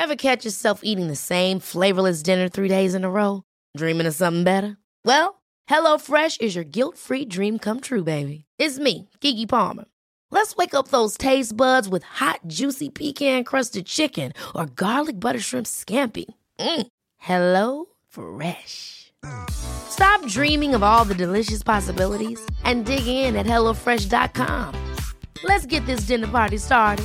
Ever catch yourself eating the same flavorless dinner 3 days in a row? Dreaming of something better? Well, HelloFresh is your guilt-free dream come true, baby. It's me, Keke Palmer. Let's wake up those taste buds with hot, juicy pecan-crusted chicken or garlic butter shrimp scampi. Hello Fresh. Stop dreaming of all the delicious possibilities and dig in at HelloFresh.com. Let's get this dinner party started.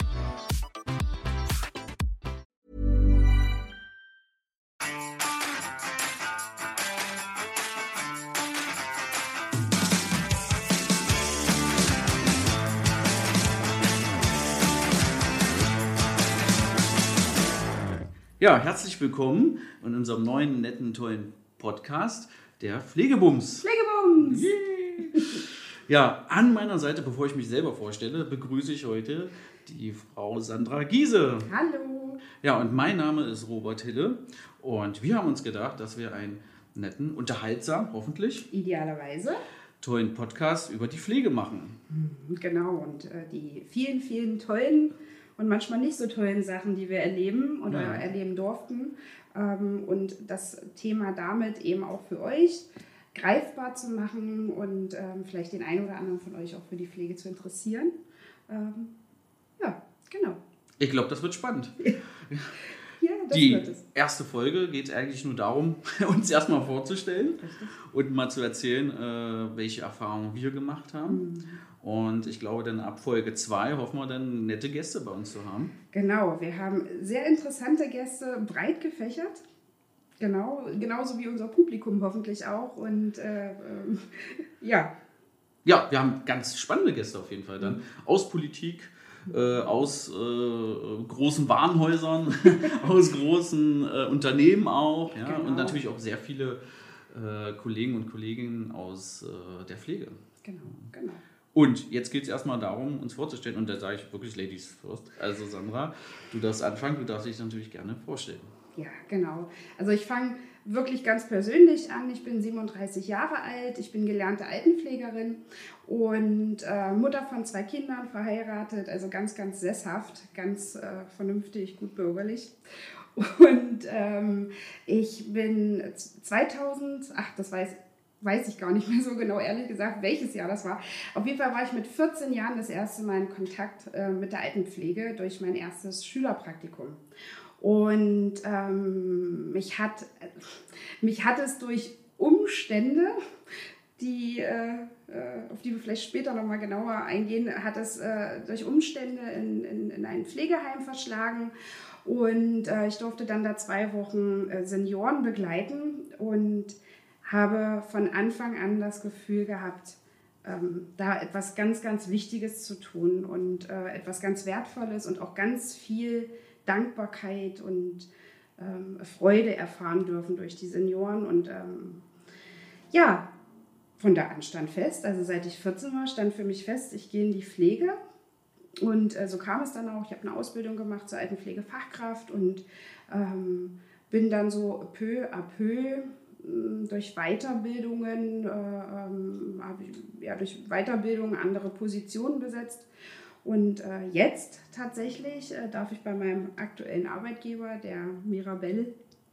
Ja, herzlich willkommen in unserem neuen, netten, tollen Podcast, der Pflegebums. Pflegebums! Yeah. Ja, an meiner Seite, bevor ich mich selber vorstelle, begrüße ich heute die Frau Sandra Giese. Hallo! Ja, und mein Name ist Robert Hille und wir haben uns gedacht, dass wir einen netten, unterhaltsam, hoffentlich, Idealerweise. tollen Podcast über die Pflege machen. Genau, und die vielen, vielen tollen und manchmal nicht so tollen Sachen, die wir erleben oder erleben durften. Und das Thema damit eben auch für euch greifbar zu machen und vielleicht den einen oder anderen von euch auch für die Pflege zu interessieren. Ja, genau. Ich glaube, das wird spannend. Ja, das Die wird es. erste Folge geht eigentlich nur darum, uns erstmal vorzustellen. Richtig. Und mal zu erzählen, welche Erfahrungen wir gemacht haben. Und ich glaube, dann ab Folge 2 hoffen wir dann nette Gäste bei uns zu haben. Genau, wir haben sehr interessante Gäste, breit gefächert. Genau, genauso wie unser Publikum hoffentlich auch. Und ja. Ja, wir haben ganz spannende Gäste auf jeden Fall dann. Aus Politik, aus großen Warenhäusern, aus großen Unternehmen auch. Ja? Genau. Und natürlich auch sehr viele Kollegen und Kolleginnen aus der Pflege. Genau. Und jetzt geht es erstmal darum, uns vorzustellen. Und da sage ich wirklich Ladies first. Also Sandra, du darfst anfangen, du darfst dich natürlich gerne vorstellen. Ja, genau. Also ich fange wirklich ganz persönlich an. Ich bin 37 Jahre alt, ich bin gelernte Altenpflegerin und Mutter von 2 Kindern, verheiratet, also ganz, ganz sesshaft, ganz vernünftig, gut bürgerlich. Und ich bin 2000, das weiß ich gar nicht mehr so genau, ehrlich gesagt, welches Jahr das war. Auf jeden Fall war ich mit 14 Jahren das erste Mal in Kontakt mit der Altenpflege durch mein erstes Schülerpraktikum. Und mich hat es durch Umstände, auf die wir vielleicht später nochmal genauer eingehen, hat es durch Umstände in ein Pflegeheim verschlagen. Und ich durfte dann da 2 Wochen Senioren begleiten und habe von Anfang an das Gefühl gehabt, da etwas ganz, ganz Wichtiges zu tun und etwas ganz Wertvolles und auch ganz viel Dankbarkeit und Freude erfahren dürfen durch die Senioren. Und ja, von da an stand fest, also seit ich 14 war, stand für mich fest, ich gehe in die Pflege. Und so kam es dann auch, ich habe eine Ausbildung gemacht zur Altenpflegefachkraft und bin dann so peu à peu durch Weiterbildungen, durch Weiterbildung andere Positionen besetzt. Und jetzt tatsächlich darf ich bei meinem aktuellen Arbeitgeber, der Mirabell,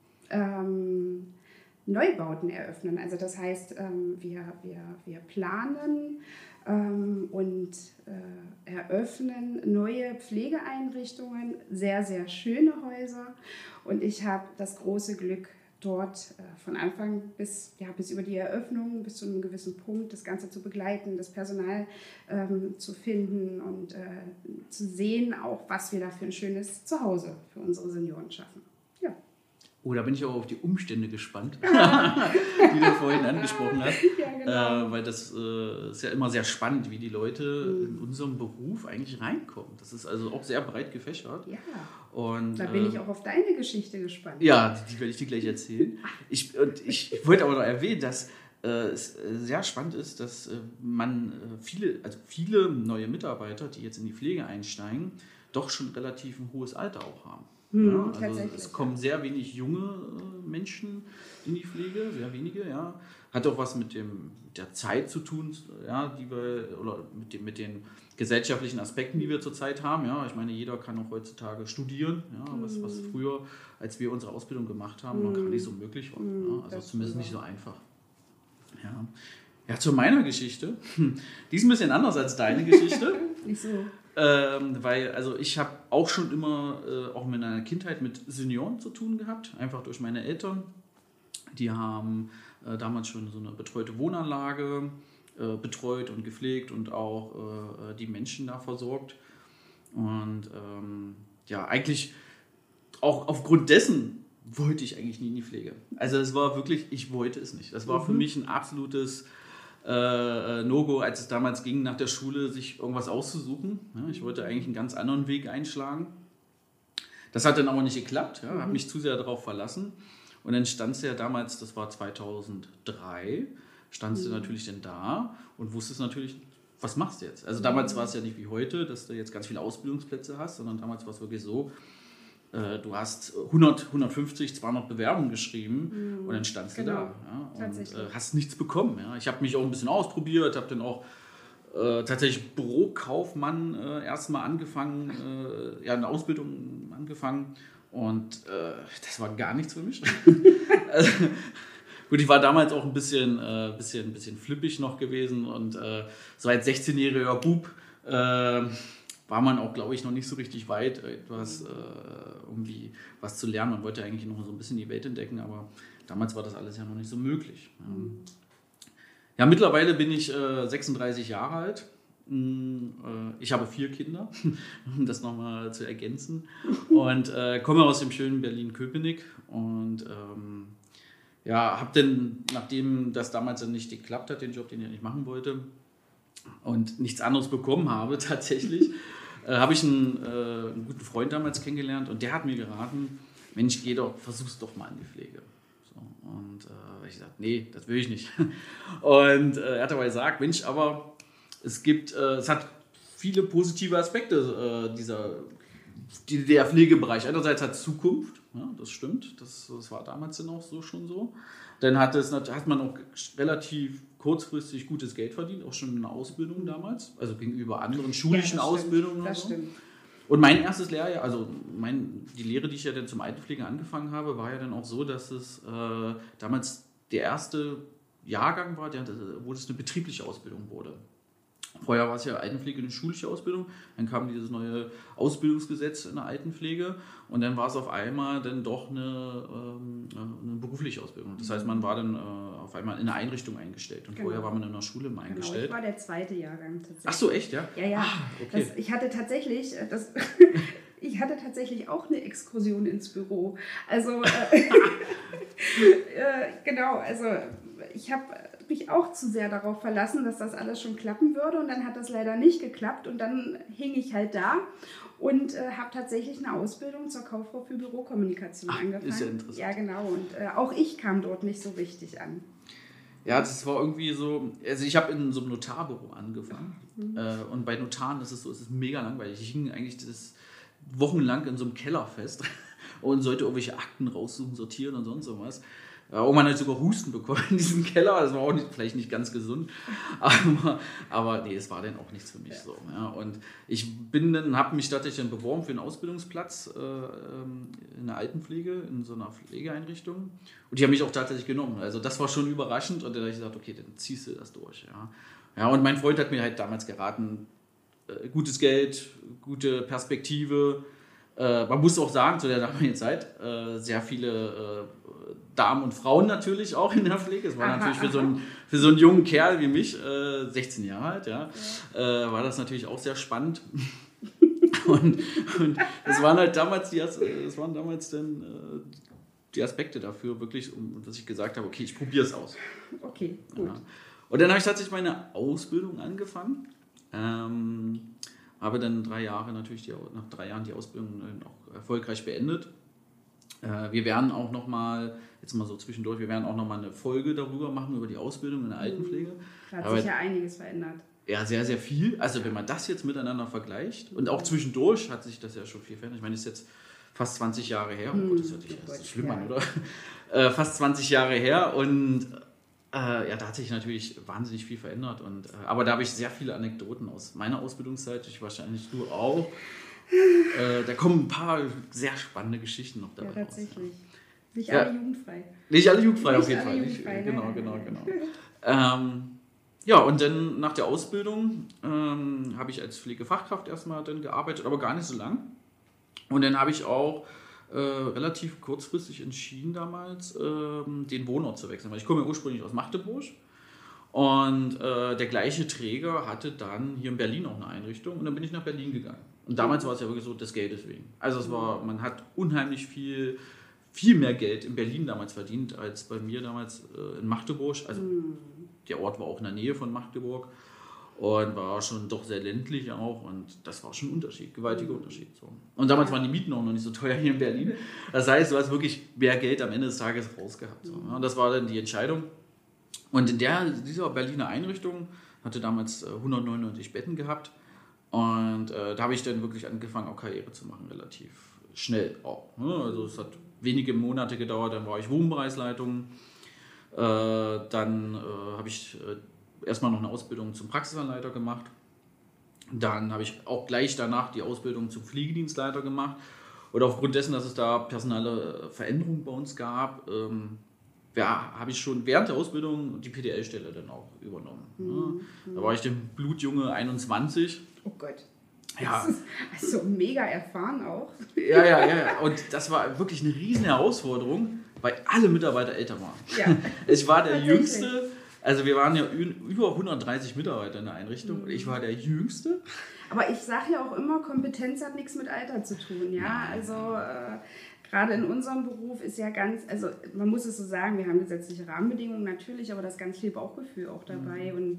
Neubauten eröffnen. Also das heißt, wir planen und eröffnen neue Pflegeeinrichtungen, sehr, sehr schöne Häuser. Und ich habe das große Glück, dort von Anfang bis über die Eröffnung, bis zu einem gewissen Punkt, das Ganze zu begleiten, das Personal zu finden und zu sehen, auch was wir da für ein schönes Zuhause für unsere Senioren schaffen. Ja. Oh, da bin ich auch auf die Umstände gespannt, die du vorhin angesprochen hast. Ja, genau. Weil das ist ja immer sehr spannend, wie die Leute in unserem Beruf eigentlich reinkommen. Das ist also auch sehr breit gefächert. Ja. Und, Da bin ich auch auf deine Geschichte gespannt. Ja, die werde ich dir gleich erzählen. Ich wollte aber noch erwähnen, dass es sehr spannend ist, dass man viele neue Mitarbeiter, die jetzt in die Pflege einsteigen, doch schon relativ ein hohes Alter auch haben. Ja, also es kommen sehr wenig junge Menschen in die Pflege, sehr wenige, ja. Hat auch was mit der Zeit zu tun, ja, oder mit den gesellschaftlichen Aspekten, die wir zurzeit haben. Ja. Ich meine, jeder kann auch heutzutage studieren, ja, was früher früher, als wir unsere Ausbildung gemacht haben, noch gar nicht so möglich war. Ja? Also zumindest nicht so einfach. Ja, zu meiner Geschichte. Die ist ein bisschen anders als deine Geschichte. Nicht so. Weil, also ich habe auch schon immer, auch in meiner Kindheit mit Senioren zu tun gehabt, einfach durch meine Eltern. Die haben damals schon so eine betreute Wohnanlage betreut und gepflegt und auch die Menschen da versorgt. Und eigentlich auch aufgrund dessen wollte ich eigentlich nie in die Pflege. Also es war wirklich, ich wollte es nicht. Das war für mich ein absolutes No-Go, als es damals ging, nach der Schule sich irgendwas auszusuchen. Ja, ich wollte eigentlich einen ganz anderen Weg einschlagen. Das hat dann aber nicht geklappt. Ja, habe mich zu sehr darauf verlassen. Und dann stand sie ja damals, das war 2003, stand sie natürlich dann da und wusste es natürlich, was machst du jetzt? Also damals war es ja nicht wie heute, dass du jetzt ganz viele Ausbildungsplätze hast, sondern damals war es wirklich so, du hast 100, 150, 200 Bewerbungen geschrieben und dann standst du da. Ja, und hast nichts bekommen. Ja. Ich habe mich auch ein bisschen ausprobiert, habe dann auch tatsächlich Bürokaufmann erstmal angefangen, eine Ausbildung angefangen und das war gar nichts für mich. Also, gut, ich war damals auch ein bisschen flippig noch gewesen und so als 16-jähriger Bub war man auch, glaube ich, noch nicht so richtig weit, etwas irgendwie was zu lernen. Man wollte eigentlich noch so ein bisschen die Welt entdecken, aber damals war das alles ja noch nicht so möglich. Ja, mittlerweile bin ich 36 Jahre alt. Ich habe 4 Kinder, um das nochmal zu ergänzen. Und komme aus dem schönen Berlin-Köpenick. Und habe dann, nachdem das damals dann nicht geklappt hat, den Job, den ich nicht machen wollte, und nichts anderes bekommen habe tatsächlich, habe ich einen guten Freund damals kennengelernt und der hat mir geraten, Mensch, versuch's doch mal in die Pflege. So, und ich gesagt, nee, das will ich nicht. Und er hat aber gesagt, Mensch, aber es hat viele positive Aspekte, der Pflegebereich. Einerseits hat es Zukunft, ja, das stimmt, das war damals dann auch schon so. Dann hat man auch relativ kurzfristig gutes Geld verdient, auch schon in der Ausbildung damals, also gegenüber anderen schulischen Ausbildungen. Das stimmt. Und mein erstes Lehrjahr, also die Lehre, die ich ja dann zum Altenpfleger angefangen habe, war ja dann auch so, dass es damals der erste Jahrgang war, wo es eine betriebliche Ausbildung wurde. Vorher war es ja Altenpflege eine schulische Ausbildung, dann kam dieses neue Ausbildungsgesetz in der Altenpflege und dann war es auf einmal dann doch eine berufliche Ausbildung. Das heißt, man war dann auf einmal in eine Einrichtung eingestellt und vorher war man in einer Schule eingestellt. Genau, ich war der zweite Jahrgang tatsächlich. Ach so, echt, ja? Ja. Okay. Ich hatte tatsächlich auch eine Exkursion ins Büro. Also, genau, also ich habe mich auch zu sehr darauf verlassen, dass das alles schon klappen würde und dann hat das leider nicht geklappt und dann hing ich halt da und habe tatsächlich eine Ausbildung zur Kauffrau für Bürokommunikation angefangen. Ist ja interessant. Ja, genau, und auch ich kam dort nicht so richtig an. Ja, das war irgendwie so, also ich habe in so einem Notarbüro angefangen und bei Notaren ist es mega langweilig. Ich hing eigentlich wochenlang in so einem Keller fest und sollte irgendwelche Akten raussuchen, sortieren und sonst sowas. Oh, man hat sogar Husten bekommen in diesem Keller, das war auch vielleicht nicht ganz gesund, aber nee, es war dann auch nichts für mich so. Ja. Und ich habe mich tatsächlich dann beworben für einen Ausbildungsplatz in der Altenpflege, in so einer Pflegeeinrichtung und die haben mich auch tatsächlich genommen, also das war schon überraschend und dann habe ich gesagt, okay, dann ziehst du das durch. Ja, und mein Freund hat mir halt damals geraten, gutes Geld, gute Perspektive. Man muss auch sagen, zu der damaligen Zeit, sehr viele Damen und Frauen natürlich auch in der Pflege. Es war natürlich für so einen jungen Kerl wie mich, 16 Jahre alt, war das natürlich auch sehr spannend. und das waren halt damals die Aspekte dafür, wirklich, dass ich gesagt habe, okay, ich probiere es aus. Okay, gut. Ja. Und dann habe ich tatsächlich meine Ausbildung angefangen. Habe dann nach 3 Jahren die Ausbildung auch erfolgreich beendet. Wir werden auch nochmal, jetzt mal so zwischendurch, eine Folge darüber machen, über die Ausbildung in der Altenpflege. Da hat sich ja einiges verändert. Ja, sehr, sehr viel. Also wenn man das jetzt miteinander vergleicht und auch zwischendurch hat sich das ja schon viel verändert. Ich meine, das ist jetzt fast 20 Jahre her. Oh Gott, das hört sich erst schlimm an, oder? Fast 20 Jahre her und da hat sich natürlich wahnsinnig viel verändert. Aber da habe ich sehr viele Anekdoten aus meiner Ausbildungszeit, ich wahrscheinlich du auch. Da kommen ein paar sehr spannende Geschichten noch dabei Ja, tatsächlich. raus. Nicht alle jugendfrei. Nicht alle jugendfrei, Nicht auf jeden alle Fall. jugendfrei, Genau. Ja, und dann nach der Ausbildung habe ich als Pflegefachkraft erstmal dann gearbeitet, aber gar nicht so lang. Und dann habe ich auch relativ kurzfristig entschieden damals, den Wohnort zu wechseln. Weil ich komme ja ursprünglich aus Magdeburg. Und der gleiche Träger hatte dann hier in Berlin auch eine Einrichtung. Und dann bin ich nach Berlin gegangen. Und damals war es ja wirklich so, des Geldes wegen. Also man hat unheimlich viel mehr Geld in Berlin damals verdient, als bei mir damals in Magdeburg. Also der Ort war auch in der Nähe von Magdeburg und war schon doch sehr ländlich auch. Und das war schon ein Unterschied, gewaltiger Unterschied. So. Und damals waren die Mieten auch noch nicht so teuer hier in Berlin. Das heißt, du hast wirklich mehr Geld am Ende des Tages rausgehabt. So. Und das war dann die Entscheidung. Und in dieser Berliner Einrichtung hatte damals 199 Betten gehabt. Und da habe ich dann wirklich angefangen, auch Karriere zu machen, relativ schnell auch. Also es hat wenige Monate gedauert, dann war ich Wohnbereichsleitung. Dann habe ich erstmal noch eine Ausbildung zum Praxisanleiter gemacht. Dann habe ich auch gleich danach die Ausbildung zum Pflegedienstleiter gemacht. Und aufgrund dessen, dass es da personelle Veränderungen bei uns gab, habe ich schon während der Ausbildung die PDL-Stelle dann auch übernommen. Da war ich dann blutjunge 21. Oh Gott. Ja. Das ist also mega erfahren auch. Ja. Und das war wirklich eine riesen Herausforderung, weil alle Mitarbeiter älter waren. Ja. Ich war der Jüngste. Also wir waren ja über 130 Mitarbeiter in der Einrichtung. Und ich war der Jüngste. Aber ich sage ja auch immer, Kompetenz hat nichts mit Alter zu tun. Ja, also gerade in unserem Beruf ist ja also man muss es so sagen, wir haben gesetzliche Rahmenbedingungen natürlich, aber da ist ganz viel Bauchgefühl auch dabei und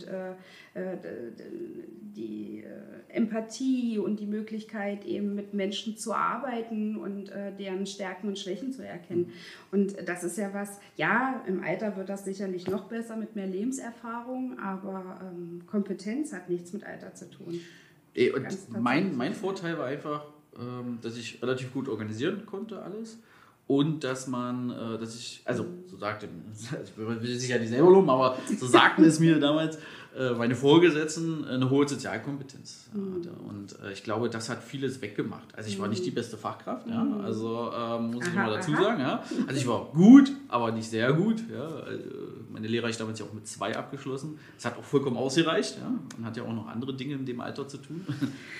die Empathie und die Möglichkeit eben mit Menschen zu arbeiten und deren Stärken und Schwächen zu erkennen. Und das ist ja was, ja, im Alter wird das sicherlich noch besser mit mehr Lebenserfahrung, aber Kompetenz hat nichts mit Alter zu tun. Und mein Vorteil war einfach, dass ich relativ gut organisieren konnte alles und dass ich, also so sagte, ich will sich ja nicht selber loben, aber so sagten es mir damals meine Vorgesetzten, eine hohe Sozialkompetenz hatte. Und ich glaube, das hat vieles weggemacht. Also ich war nicht die beste Fachkraft, ja, also muss ich mal dazu sagen. Ja. Also ich war gut, aber nicht sehr gut. Ja. Meine Lehre habe ich damals ja auch mit 2 abgeschlossen. Das hat auch vollkommen ausgereicht. Ja. Man hat ja auch noch andere Dinge in dem Alter zu tun.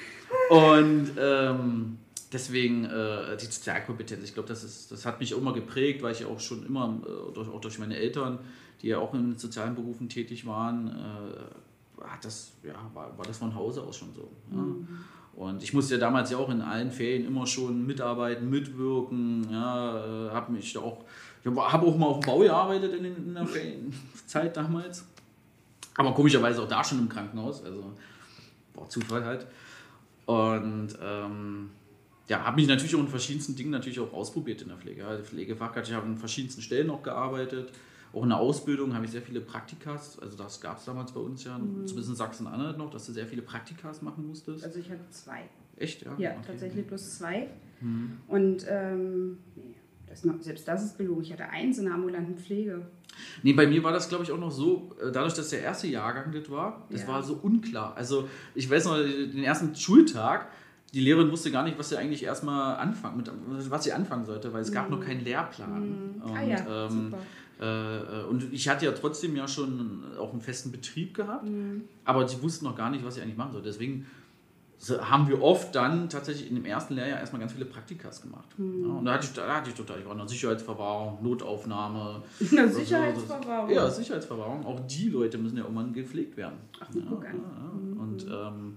Und deswegen die Sozialkompetenz, ich glaube, das hat mich immer geprägt, weil ich ja auch schon immer, auch durch meine Eltern, die ja auch in sozialen Berufen tätig waren, war das von Hause aus schon so. Ja. Und ich musste ja damals ja auch in allen Ferien immer schon mitarbeiten, mitwirken. Ja, habe auch mal auf dem Bau gearbeitet in der Ferienzeit damals. Aber komischerweise auch da schon im Krankenhaus, also war Zufall halt. Und habe mich natürlich auch in verschiedensten Dingen natürlich auch ausprobiert in der Pflege. Ja, Pflegefachkraft, ich habe in verschiedensten Stellen auch gearbeitet. Auch in der Ausbildung habe ich sehr viele Praktikas, also das gab es damals bei uns ja, zumindest in Sachsen-Anhalt noch, dass du sehr viele Praktikas machen musstest. Also ich hatte 2. Echt, ja? Ja, okay. Tatsächlich plus 2. Und selbst das ist gelogen. Ich hatte 1 in der ambulanten Pflege. Nee, bei mir war das, glaube ich, auch noch so, dadurch, dass der erste Jahrgang das war so unklar. Also ich weiß noch, den ersten Schultag, die Lehrerin wusste gar nicht, was sie eigentlich erstmal was sie anfangen sollte, weil es gab noch keinen Lehrplan. Und, super. Und ich hatte ja trotzdem ja schon auch einen festen Betrieb gehabt, aber sie wussten noch gar nicht, was sie eigentlich machen sollte. Deswegen haben wir oft dann tatsächlich in dem ersten Lehrjahr erstmal ganz viele Praktikas gemacht. Ja, und da hatte ich total, ich war in der Sicherheitsverwahrung, Notaufnahme. Sicherheitsverwahrung? Ja, Sicherheitsverwahrung. Auch die Leute müssen ja irgendwann gepflegt werden. Ach, guck an. Und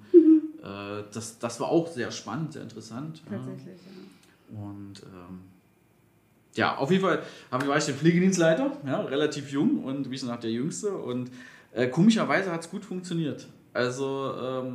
das war auch sehr spannend, sehr interessant. Tatsächlich, ja. Und auf jeden Fall war ich der Pflegedienstleiter, ja, relativ jung und wie gesagt der Jüngste. Und komischerweise hat es gut funktioniert. Also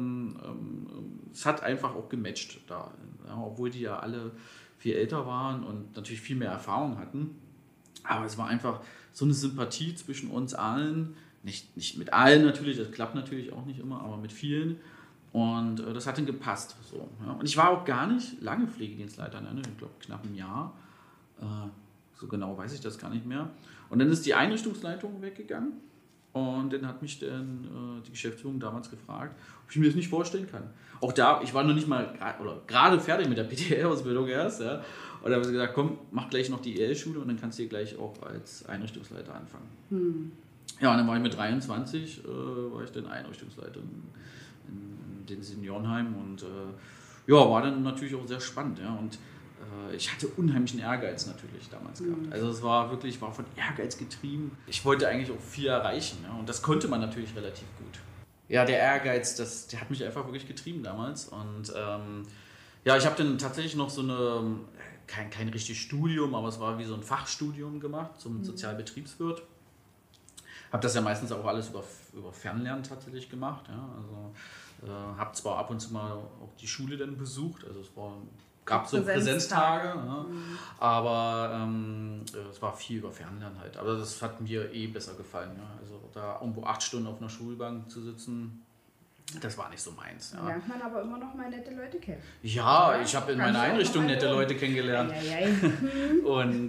es hat einfach auch gematcht da, ja, obwohl die ja alle viel älter waren und natürlich viel mehr Erfahrung hatten. Aber es war einfach so eine Sympathie zwischen uns allen, nicht mit allen natürlich, das klappt natürlich auch nicht immer, aber mit vielen. Und das hat dann gepasst. So, ja. Und ich war auch gar nicht lange Pflegedienstleiter, ne? Ich glaube knapp ein Jahr. So genau weiß ich das gar nicht mehr. Und dann ist die Einrichtungsleitung weggegangen. Und dann hat mich dann die Geschäftsführung damals gefragt, ob ich mir das nicht vorstellen kann. Auch da, ich war noch nicht mal gerade fertig mit der PTL-Ausbildung erst. Ja. Und dann haben sie gesagt, komm, mach gleich noch die EL-Schule und dann kannst du hier gleich auch als Einrichtungsleiter anfangen. Ja, und dann war ich mit 23, war ich dann Einrichtungsleiter in den Seniorenheim und war dann natürlich auch sehr spannend. Ja. Und ich hatte unheimlichen Ehrgeiz natürlich damals gehabt. Also es war von Ehrgeiz getrieben. Ich wollte eigentlich auch viel erreichen, ja, und das konnte man natürlich relativ gut. Ja, der Ehrgeiz, der hat mich einfach wirklich getrieben damals. Und ich habe dann tatsächlich noch so kein richtiges Studium, aber es war wie so ein Fachstudium gemacht zum Sozialbetriebswirt. Habe das ja meistens auch alles über Fernlernen tatsächlich gemacht. Ja. Also habe zwar ab und zu mal auch die Schule dann besucht, also gab so Präsenztage, ja, aber es war viel über Fernlernen halt. Aber das hat mir besser gefallen. Ja. Also da irgendwo 8 Stunden auf einer Schulbank zu sitzen, das war nicht so meins. Ja. Lernt man aber immer noch mal nette Leute kennen. Ja, ich habe in meiner Einrichtung nette Leute kennengelernt. Und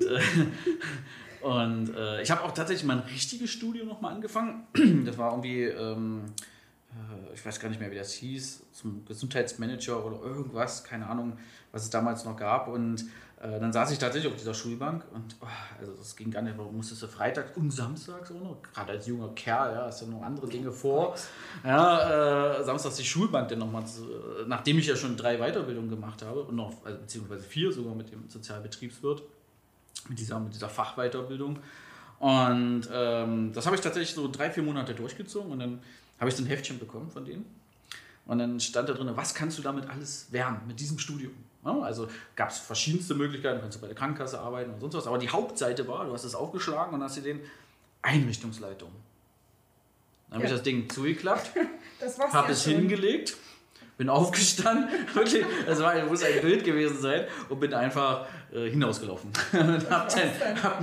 ich habe auch tatsächlich mein richtiges Studium nochmal angefangen. Das war irgendwie, ich weiß gar nicht mehr, wie das hieß, zum Gesundheitsmanager oder irgendwas, keine Ahnung, was es damals noch gab. Und dann saß ich tatsächlich auf dieser Schulbank und also das ging gar nicht, warum musstest du freitags und samstags auch noch, gerade als junger Kerl, ja, hast du noch andere Dinge vor. Ja, samstags die Schulbank dann nochmal, nachdem ich ja schon 3 Weiterbildungen gemacht habe und noch, also beziehungsweise 4 sogar mit dem Sozialbetriebswirt, mit dieser Fachweiterbildung. Und das habe ich tatsächlich so 3-4 Monate durchgezogen und dann habe ich so ein Heftchen bekommen von denen. Und dann stand da drin, was kannst du damit alles lernen, mit diesem Studium? Ja, also gab es verschiedenste Möglichkeiten, kannst du bei der Krankenkasse arbeiten und sonst was. Aber die Hauptseite war, du hast es aufgeschlagen und hast dir den Einrichtungsleitung. Dann habe ich das Ding zugeklappt, habe es hingelegt, bin aufgestanden, wirklich, muss ein Bild gewesen sein, und bin einfach hinausgelaufen. Hab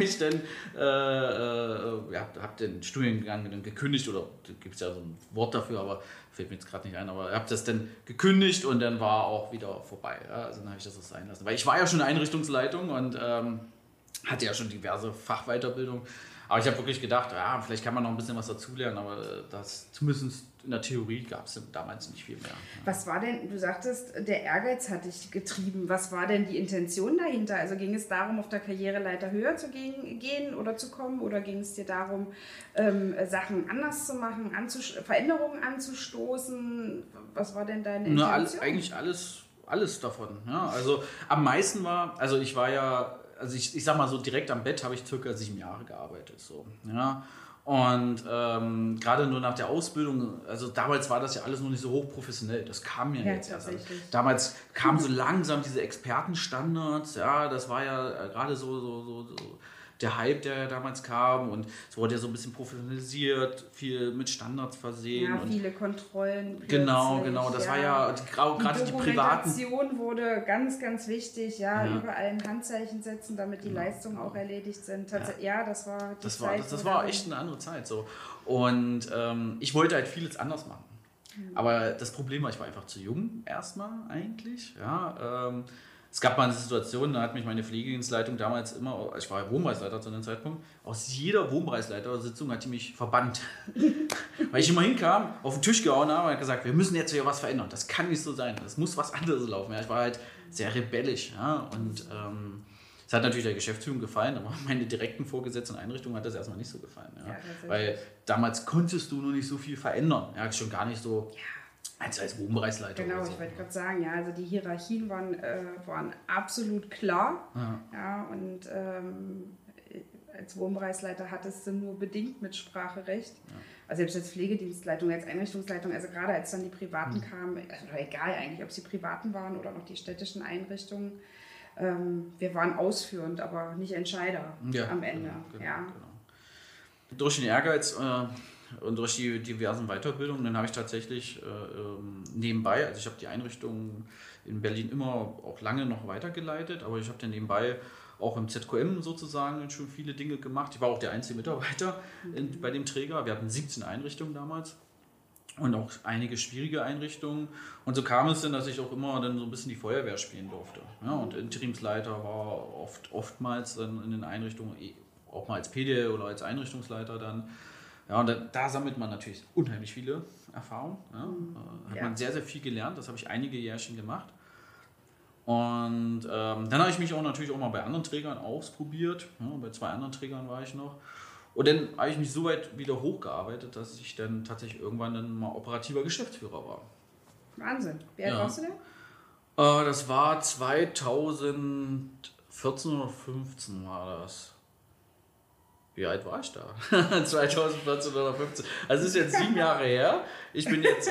den Studiengang dann gekündigt, oder da gibt es ja so ein Wort dafür, aber fällt mir jetzt gerade nicht ein, aber habe das dann gekündigt und dann war auch wieder vorbei. Ja? Also dann habe ich das sein lassen. Weil ich war ja schon Einrichtungsleitung und hatte ja schon diverse Fachweiterbildung. Aber ich habe wirklich gedacht, ja, vielleicht kann man noch ein bisschen was dazulernen, aber das zumindest in der Theorie gab es damals nicht viel mehr. Ja. Was war denn, du sagtest, der Ehrgeiz hat dich getrieben. Was war denn die Intention dahinter? Also ging es darum, auf der Karriereleiter höher zu gehen oder zu kommen? Oder ging es dir darum, Sachen anders zu machen, Veränderungen anzustoßen? Was war denn deine Intention? Eigentlich alles davon. Ja. Also am meisten ich sag mal so, direkt am Bett habe ich circa 7 Jahre gearbeitet. So, ja. Und gerade nur nach der Ausbildung, also damals war das ja alles noch nicht so hochprofessionell, das kam ja jetzt erst. Damals kamen so langsam diese Expertenstandards, ja, das war ja gerade so der Hype, der damals kam, und es wurde ja so ein bisschen professionalisiert, viel mit Standards versehen. Ja, viele Kontrollen. Genau, das war ja gerade die privaten. Die Dokumentation wurde ganz, ganz wichtig, überall ein Handzeichen setzen, damit die Leistungen auch erledigt sind. Ja, das war echt eine andere Zeit so. Und ich wollte halt vieles anders machen. Aber das Problem war, ich war einfach zu jung erstmal eigentlich, ja. Es gab mal eine Situation, da hat mich meine Pflegedienstleitung damals immer, ich war ja Wohnbereichsleiter zu dem Zeitpunkt, aus jeder Wohnbereichsleitersitzung hat die mich verbannt. Weil ich immer hinkam, auf den Tisch gehauen habe und gesagt, wir müssen jetzt hier was verändern. Das kann nicht so sein, das muss was anderes laufen. Ja, ich war halt sehr rebellisch. Ja, und es hat natürlich der Geschäftsführung gefallen, aber meine direkten Vorgesetzten und Einrichtungen hat das erstmal nicht so gefallen. Ja, weil damals konntest du noch nicht so viel verändern. Ja, schon gar nicht so... Als Wohnbereichsleiter. Genau, ich wollte gerade sagen, also die Hierarchien waren absolut klar. Ja, und als Wohnbereichsleiter hattest du nur bedingt Mitspracherecht. Ja. Also selbst als Pflegedienstleitung, als Einrichtungsleitung, also gerade als dann die Privaten kamen, also egal eigentlich, ob sie Privaten waren oder noch die städtischen Einrichtungen, wir waren ausführend, aber nicht Entscheider am Ende. Genau. Durch den Ehrgeiz und durch die diversen Weiterbildungen, dann habe ich tatsächlich nebenbei, also ich habe die Einrichtung in Berlin immer auch lange noch weitergeleitet, aber ich habe dann nebenbei auch im ZQM sozusagen schon viele Dinge gemacht. Ich war auch der einzige Mitarbeiter bei dem Träger. Wir hatten 17 Einrichtungen damals und auch einige schwierige Einrichtungen. Und so kam es dann, dass ich auch immer dann so ein bisschen die Feuerwehr spielen durfte. Ja, und Interimsleiter war oftmals dann in den Einrichtungen, auch mal als PDL oder als Einrichtungsleiter dann. Ja, und da sammelt man natürlich unheimlich viele Erfahrungen. Ja. Hat man sehr, sehr viel gelernt. Das habe ich einige Jährchen gemacht. Und dann habe ich mich auch natürlich auch mal bei anderen Trägern ausprobiert. Ja, bei 2 anderen Trägern war ich noch. Und dann habe ich mich so weit wieder hochgearbeitet, dass ich dann tatsächlich irgendwann dann mal operativer Geschäftsführer war. Wahnsinn. Wie alt warst du denn? Das war 2014 oder 2015 war das. Wie alt war ich da? 2014 oder 15. Also es ist jetzt 7 Jahre her. Ich bin jetzt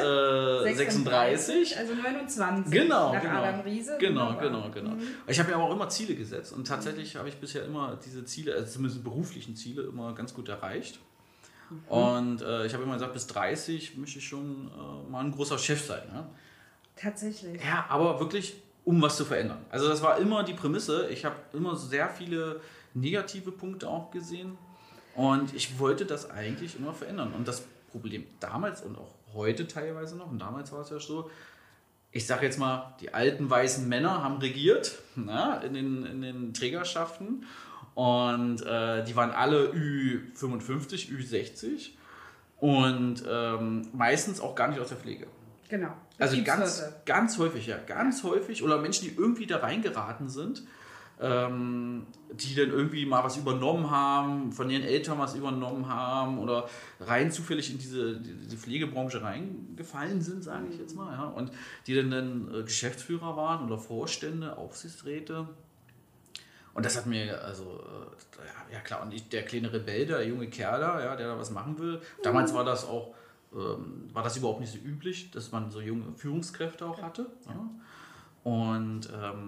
36. Also 29. Genau, nach genau. Adam Riese. Genau. Ich habe mir aber auch immer Ziele gesetzt und tatsächlich habe ich bisher immer diese Ziele, also zumindest beruflichen Ziele, immer ganz gut erreicht. Und ich habe immer gesagt, bis 30 möchte ich schon mal ein großer Chef sein. Ja? Tatsächlich. Ja, aber wirklich, um was zu verändern. Also das war immer die Prämisse. Ich habe immer sehr viele negative Punkte auch gesehen. Und ich wollte das eigentlich immer verändern. Und das Problem damals und auch heute teilweise noch, und damals war es ja so, ich sage jetzt mal, die alten weißen Männer haben regiert in den Trägerschaften. Und die waren alle Ü55, Ü60 und meistens auch gar nicht aus der Pflege. Genau. Also ganz häufig. Oder Menschen, die irgendwie da reingeraten sind, die dann irgendwie mal was übernommen haben, von ihren Eltern was übernommen haben oder rein zufällig in die Pflegebranche reingefallen sind, sage ich jetzt mal. Ja, und die dann Geschäftsführer waren oder Vorstände, Aufsichtsräte. Und das hat mir, ja klar, und der kleine Rebell, der junge Kerl da, ja, der da was machen will. Damals war das auch, war das überhaupt nicht so üblich, dass man so junge Führungskräfte auch hatte. Ja. Und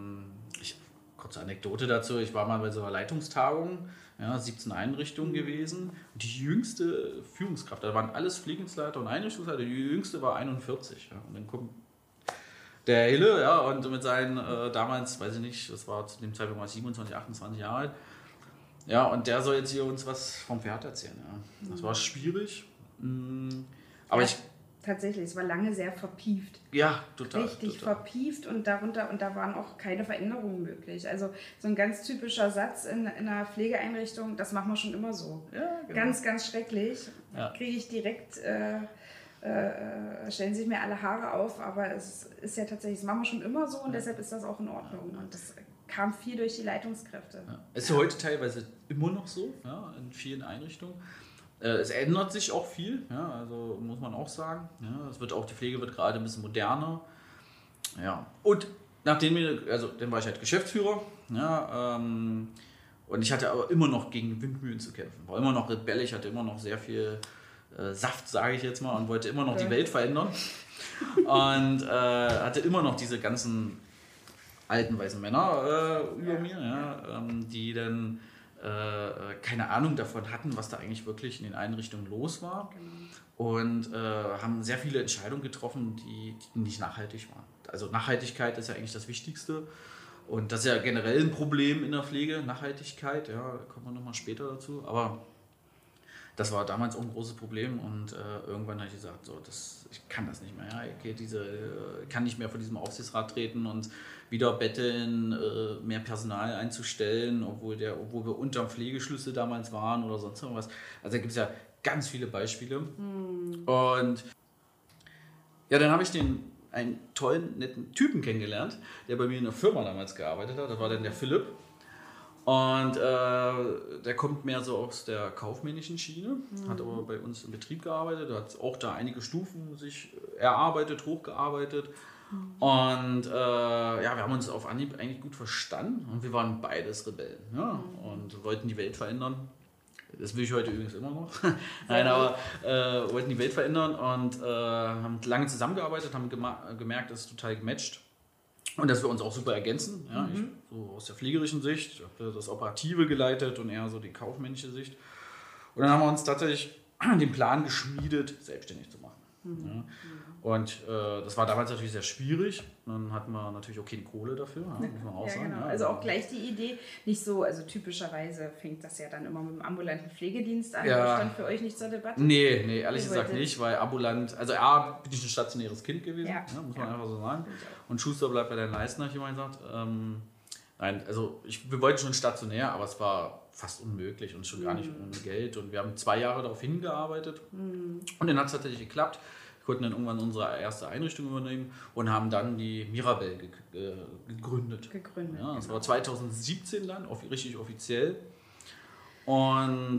kurze Anekdote dazu, ich war mal bei so einer Leitungstagung, 17 Einrichtungen gewesen. Und die jüngste Führungskraft, da waren alles Pflegedienstleiter und Einrichtungsleiter, die jüngste war 41. Ja. Und dann kommt der Hille, und mit seinen damals, weiß ich nicht, das war zu dem Zeitpunkt mal 27, 28 Jahre alt. Ja, und der soll jetzt hier uns was vom Pferd erzählen. Ja. Das war schwierig. Aber tatsächlich, es war lange sehr verpieft. Ja, total. Richtig verpieft und da waren auch keine Veränderungen möglich. Also so ein ganz typischer Satz in einer Pflegeeinrichtung, das machen wir schon immer so. Ja, genau. Ganz, ganz schrecklich. Ja. Kriege ich direkt, stellen sich mir alle Haare auf, aber es ist ja tatsächlich, das machen wir schon immer so und deshalb ist das auch in Ordnung. Und das kam viel durch die Leitungskräfte. Ja. Es ist ja heute teilweise immer noch so, in vielen Einrichtungen. Es ändert sich auch viel, also muss man auch sagen. Ja, die Pflege wird gerade ein bisschen moderner. Ja. Und dann war ich halt Geschäftsführer. Und ich hatte aber immer noch gegen Windmühlen zu kämpfen. War immer noch rebellisch, hatte immer noch sehr viel Saft, sage ich jetzt mal, und wollte immer noch die Welt verändern. Und hatte immer noch diese ganzen alten weißen Männer über mir, die dann keine Ahnung davon hatten, was da eigentlich wirklich in den Einrichtungen los war. Genau. Und haben sehr viele Entscheidungen getroffen, die nicht nachhaltig waren. Also Nachhaltigkeit ist ja eigentlich das Wichtigste. Und das ist ja generell ein Problem in der Pflege, Nachhaltigkeit. Ja, da kommen wir nochmal später dazu. Aber das war damals auch ein großes Problem. Und irgendwann habe ich gesagt, ich kann das nicht mehr. Ja, okay, kann nicht mehr vor diesem Aufsichtsrat treten und wieder betteln, mehr Personal einzustellen, obwohl wir unterm Pflegeschlüssel damals waren oder sonst irgendwas. Also da gibt es ja ganz viele Beispiele. Und ja, dann habe ich einen tollen, netten Typen kennengelernt, der bei mir in der Firma damals gearbeitet hat. Das war dann der Philipp. Und der kommt mehr so aus der kaufmännischen Schiene, hat aber bei uns im Betrieb gearbeitet, hat auch da einige Stufen sich erarbeitet, hochgearbeitet. Und wir haben uns auf Anhieb eigentlich gut verstanden und wir waren beides Rebellen und wollten die Welt verändern. Das will ich heute übrigens immer noch. Nein, aber wollten die Welt verändern und haben lange zusammengearbeitet, haben gemerkt, es ist total gematcht. Und dass wir uns auch super ergänzen. Ja, ich so aus der pflegerischen Sicht, ich habe das Operative geleitet und eher so die kaufmännische Sicht. Und dann haben wir uns tatsächlich den Plan geschmiedet, selbstständig zu machen. Ja. Und das war damals natürlich sehr schwierig. Dann hatten wir natürlich auch keine Kohle dafür, muss man auch sagen. Genau. Ja, also auch gleich die Idee, nicht so, also typischerweise fängt das ja dann immer mit dem ambulanten Pflegedienst an. Ja. Das stand für euch nicht zur Debatte? Nee, ehrlich gesagt nicht, weil ambulant, also bin ich ein stationäres Kind gewesen, muss man einfach so sagen. Und Schuster bleibt bei deinen Leisten, habe ich immer gesagt. Nein, Nein, also wir wollten schon stationär, aber es war fast unmöglich und schon gar nicht ohne Geld. Und wir haben 2 Jahre darauf hingearbeitet und dann hat es tatsächlich geklappt. Wir konnten dann irgendwann unsere erste Einrichtung übernehmen und haben dann die Mirabelle gegründet. Ja, das war 2017 dann, richtig offiziell. Und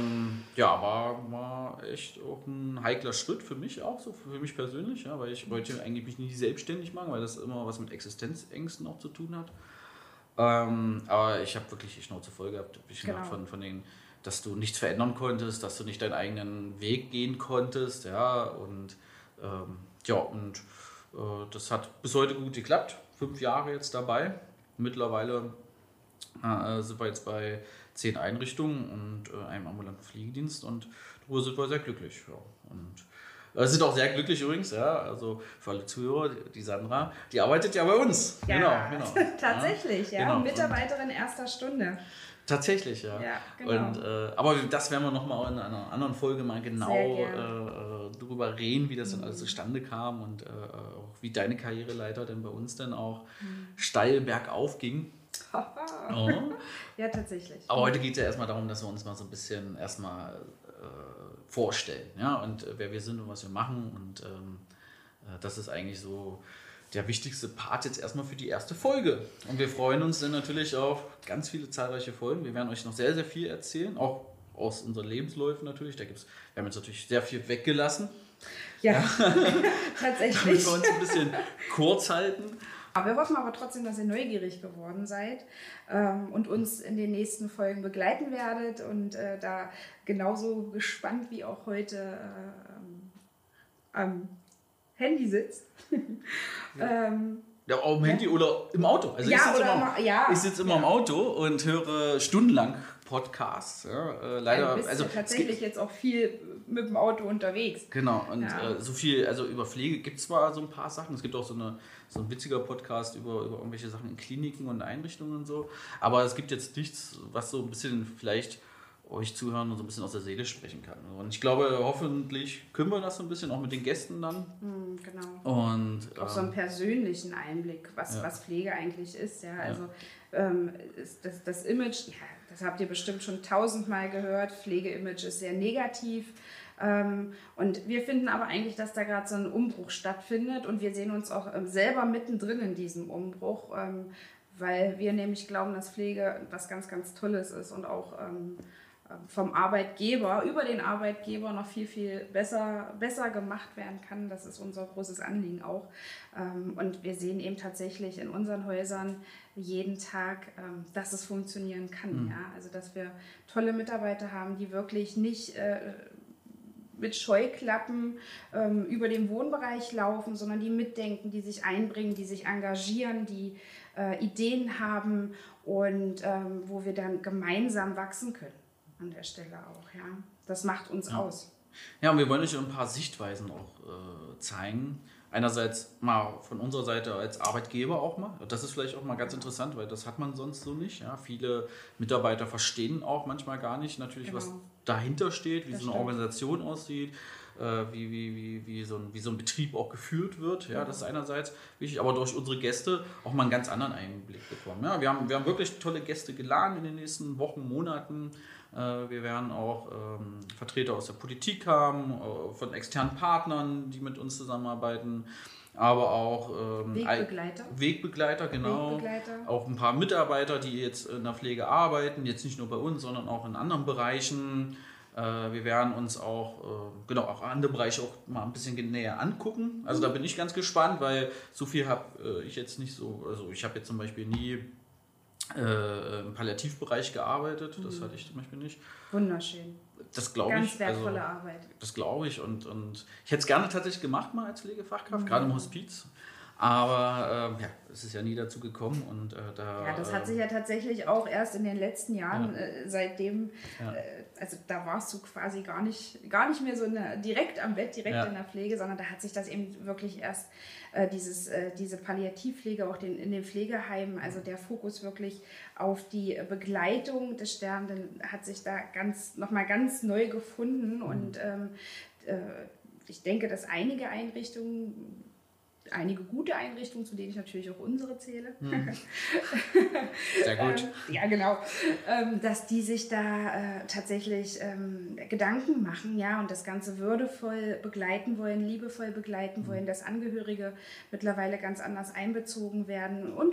war echt auch ein heikler Schritt für mich auch, so für mich persönlich, ja, weil ich wollte eigentlich mich nie selbstständig machen, weil das immer was mit Existenzängsten auch zu tun hat. Aber ich habe wirklich die Schnauze voll gehabt. Von den, dass du nichts verändern konntest, dass du nicht deinen eigenen Weg gehen konntest, ja, und das hat bis heute gut geklappt. 5 Jahre jetzt dabei. Mittlerweile sind wir jetzt bei 10 Einrichtungen und einem ambulanten Pflegedienst und darüber sind wir sehr glücklich. Ja. Und sind auch sehr glücklich übrigens, ja, also für alle Zuhörer, die Sandra, die arbeitet ja bei uns. Ja, genau. Tatsächlich, ja, genau. Mitarbeiterin erster Stunde. Tatsächlich, ja. Genau. Und, aber das werden wir nochmal in einer anderen Folge mal genau darüber reden, wie das dann alles zustande kam und auch wie deine Karriereleiter denn bei uns dann auch steil bergauf ging. Ja, tatsächlich. Aber heute geht es ja erstmal darum, dass wir uns mal so ein bisschen erstmal vorstellen, ja, und wer wir sind und was wir machen. Und das ist eigentlich so der wichtigste Part jetzt erstmal für die erste Folge. Und wir freuen uns dann natürlich auf ganz viele zahlreiche Folgen. Wir werden euch noch sehr, sehr viel erzählen, auch aus unseren Lebensläufen natürlich. Wir haben jetzt natürlich sehr viel weggelassen. Ja, tatsächlich. Damit wir uns ein bisschen kurz halten. Wir hoffen aber trotzdem, dass ihr neugierig geworden seid und uns in den nächsten Folgen begleiten werdet und da genauso gespannt wie auch heute am Handy sitzt. Ja, auf dem Handy oder im Auto. Also ich sitze immer im Auto und höre stundenlang Podcasts. Ja, leider. Du bist tatsächlich jetzt auch viel mit dem Auto unterwegs. Genau, und so viel, also über Pflege gibt es zwar so ein paar Sachen, es gibt auch so ein witziger Podcast über irgendwelche Sachen in Kliniken und Einrichtungen und so, aber es gibt jetzt nichts, was so ein bisschen vielleicht euch zuhören und so ein bisschen aus der Seele sprechen kann. Und ich glaube, hoffentlich können wir das so ein bisschen auch mit den Gästen dann. Genau. Und auch so einen persönlichen Einblick, was Pflege eigentlich ist. Ja, also das Image, ja, das habt ihr bestimmt schon 1000-mal gehört. Pflegeimage ist sehr negativ. Und wir finden aber eigentlich, dass da gerade so ein Umbruch stattfindet und wir sehen uns auch selber mittendrin in diesem Umbruch, weil wir nämlich glauben, dass Pflege was ganz, ganz Tolles ist und auch vom Arbeitgeber, über den Arbeitgeber noch viel, viel besser gemacht werden kann. Das ist unser großes Anliegen auch. Und wir sehen eben tatsächlich in unseren Häusern jeden Tag, dass es funktionieren kann. Ja? Also dass wir tolle Mitarbeiter haben, die wirklich nicht mit Scheuklappen über den Wohnbereich laufen, sondern die mitdenken, die sich einbringen, die sich engagieren, die Ideen haben und wo wir dann gemeinsam wachsen können. An der Stelle auch, ja. Das macht uns aus. Ja, und wir wollen euch ein paar Sichtweisen auch zeigen. Einerseits mal von unserer Seite als Arbeitgeber auch mal. Das ist vielleicht auch mal ganz interessant, weil das hat man sonst so nicht. Ja. Viele Mitarbeiter verstehen auch manchmal gar nicht natürlich, was dahinter steht, wie so eine Organisation aussieht, wie so ein Betrieb auch geführt wird. Ja, das ist einerseits wichtig, aber durch unsere Gäste auch mal einen ganz anderen Einblick bekommen. Ja, wir haben wirklich tolle Gäste geladen in den nächsten Wochen, Monaten. Wir werden auch Vertreter aus der Politik haben, von externen Partnern, die mit uns zusammenarbeiten, aber auch Wegbegleiter, genau. Wegbegleiter. Auch ein paar Mitarbeiter, die jetzt in der Pflege arbeiten, jetzt nicht nur bei uns, sondern auch in anderen Bereichen. Wir werden uns auch andere Bereiche auch mal ein bisschen näher angucken. Also da bin ich ganz gespannt, weil so viel habe ich jetzt nicht so, also ich habe jetzt zum Beispiel nie im Palliativbereich gearbeitet, das hatte ich zum Beispiel nicht. Wunderschön. Das glaube ich. Ganz wertvolle Arbeit. Das glaube ich und ich hätte es gerne tatsächlich gemacht mal als Pflegefachkraft, gerade im Hospiz. Aber es ist ja nie dazu gekommen. Und, das hat sich ja tatsächlich auch erst in den letzten Jahren, seitdem, also da warst du quasi gar nicht mehr so direkt am Bett, direkt in der Pflege, sondern da hat sich das eben wirklich erst diese Palliativpflege auch in den Pflegeheimen, also der Fokus wirklich auf die Begleitung des Sterbenden hat sich da nochmal ganz neu gefunden. Und ich denke, dass einige Einrichtungen einige gute Einrichtungen, zu denen ich natürlich auch unsere zähle. Sehr gut. Ja, genau. Dass die sich da tatsächlich Gedanken machen, ja, und das Ganze würdevoll begleiten wollen, liebevoll begleiten wollen, dass Angehörige mittlerweile ganz anders einbezogen werden und.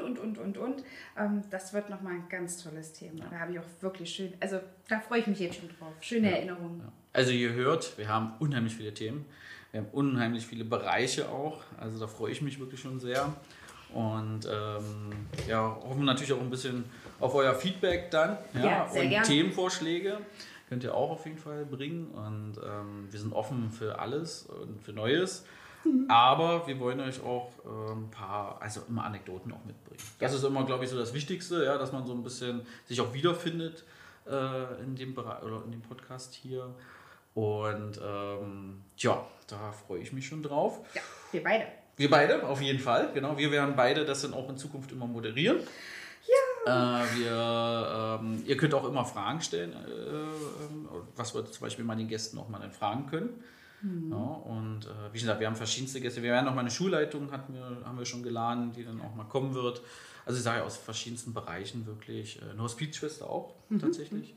Das wird nochmal ein ganz tolles Thema. Da habe ich auch wirklich schön, also da freue ich mich jetzt schon drauf. Schöne Erinnerungen. Ja. Also ihr hört, wir haben unheimlich viele Themen. Wir haben unheimlich viele Bereiche auch. Also da freue ich mich wirklich schon sehr. Und hoffen natürlich auch ein bisschen auf euer Feedback dann. Ja, sehr und gerne. Themenvorschläge könnt ihr auch auf jeden Fall bringen. Und wir sind offen für alles und für Neues. Aber wir wollen euch auch ein paar, also immer Anekdoten auch mitbringen. Das ist immer, glaube ich, so das Wichtigste, ja, dass man so ein bisschen sich auch wiederfindet in dem Bereich oder in dem Podcast hier. Und da freue ich mich schon drauf. Ja, wir beide. Wir beide, auf jeden Fall, genau. Wir werden beide das dann auch in Zukunft immer moderieren. Ja. Ihr könnt auch immer Fragen stellen, was wir zum Beispiel mal den Gästen auch mal dann fragen können. Ja, und wie gesagt, wir haben verschiedenste Gäste. Wir werden auch mal eine Schulleitung, haben wir schon geladen, die dann auch mal kommen wird. Also ich sage aus verschiedensten Bereichen wirklich. Eine Hospizschwester auch tatsächlich.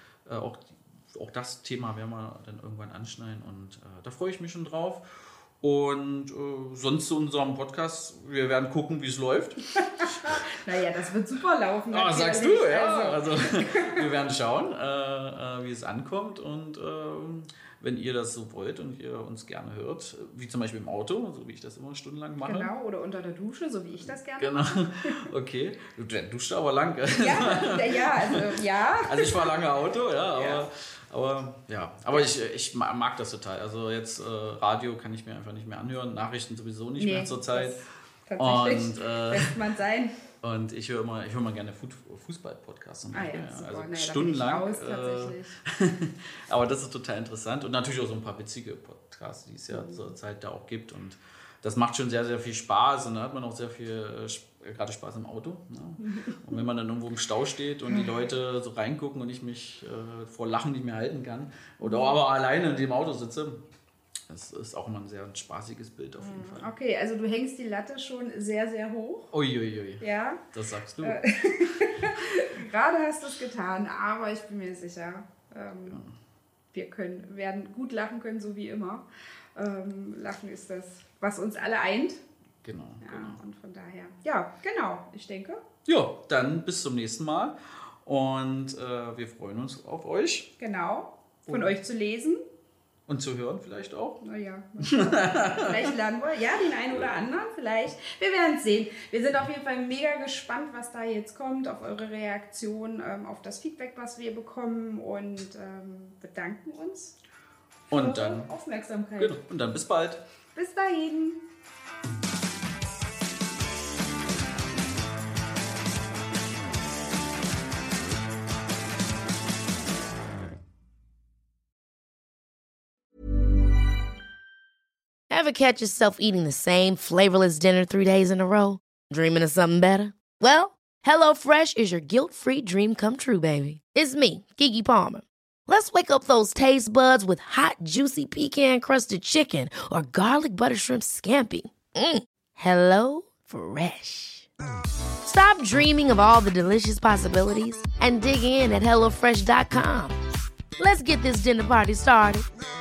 Auch das Thema werden wir dann irgendwann anschneiden und da freue ich mich schon drauf. Und sonst zu unserem Podcast, wir werden gucken, wie es läuft. Naja, das wird super laufen. Sagst du? Ja, also wir werden schauen, wie es ankommt und wenn ihr das so wollt und ihr uns gerne hört, wie zum Beispiel im Auto, so wie ich das immer stundenlang mache. Genau, oder unter der Dusche, so wie ich das gerne mache. Genau, okay. Du duschst aber lang. Ja. Also ich fahre lange Auto, ja. Aber ich mag das total. Also jetzt Radio kann ich mir einfach nicht mehr anhören, Nachrichten sowieso nicht mehr zur Zeit. Tatsächlich lässt man sein. Und ich höre mal gerne Fußball-Podcasts. Also stundenlang. Tatsächlich. Aber das ist total interessant. Und natürlich auch so ein paar witzige Podcasts, die es ja zur Zeit da auch gibt. Und das macht schon sehr, sehr viel Spaß. Und da hat man auch sehr viel gerade Spaß im Auto. Ne? Und wenn man dann irgendwo im Stau steht und die Leute so reingucken und ich mich vor Lachen nicht mehr halten kann oder aber alleine in dem Auto sitze, das ist auch immer ein sehr spaßiges Bild auf jeden Fall. Okay, also du hängst die Latte schon sehr, sehr hoch. Uiuiui. Ja. Das sagst du. Gerade hast du es getan, aber ich bin mir sicher, wir werden gut lachen können, so wie immer. Lachen ist das, was uns alle eint. Genau. Und von daher, ja, genau, ich denke. Ja, dann bis zum nächsten Mal und wir freuen uns auf euch. Genau, von euch zu lesen. Und zu hören vielleicht auch. Naja, vielleicht lernen wir, den einen oder anderen vielleicht. Wir werden es sehen. Wir sind auf jeden Fall mega gespannt, was da jetzt kommt, auf eure Reaktion, auf das Feedback, was wir bekommen und bedanken uns für eure Aufmerksamkeit. Genau. Und dann bis bald. Bis dahin. Ever catch yourself eating the same flavorless dinner 3 days in a row? Dreaming of something better? Well, HelloFresh is your guilt-free dream come true, baby. It's me, Keke Palmer. Let's wake up those taste buds with hot, juicy pecan-crusted chicken or garlic butter shrimp scampi. Hello Fresh. Stop dreaming of all the delicious possibilities and dig in at HelloFresh.com. Let's get this dinner party started.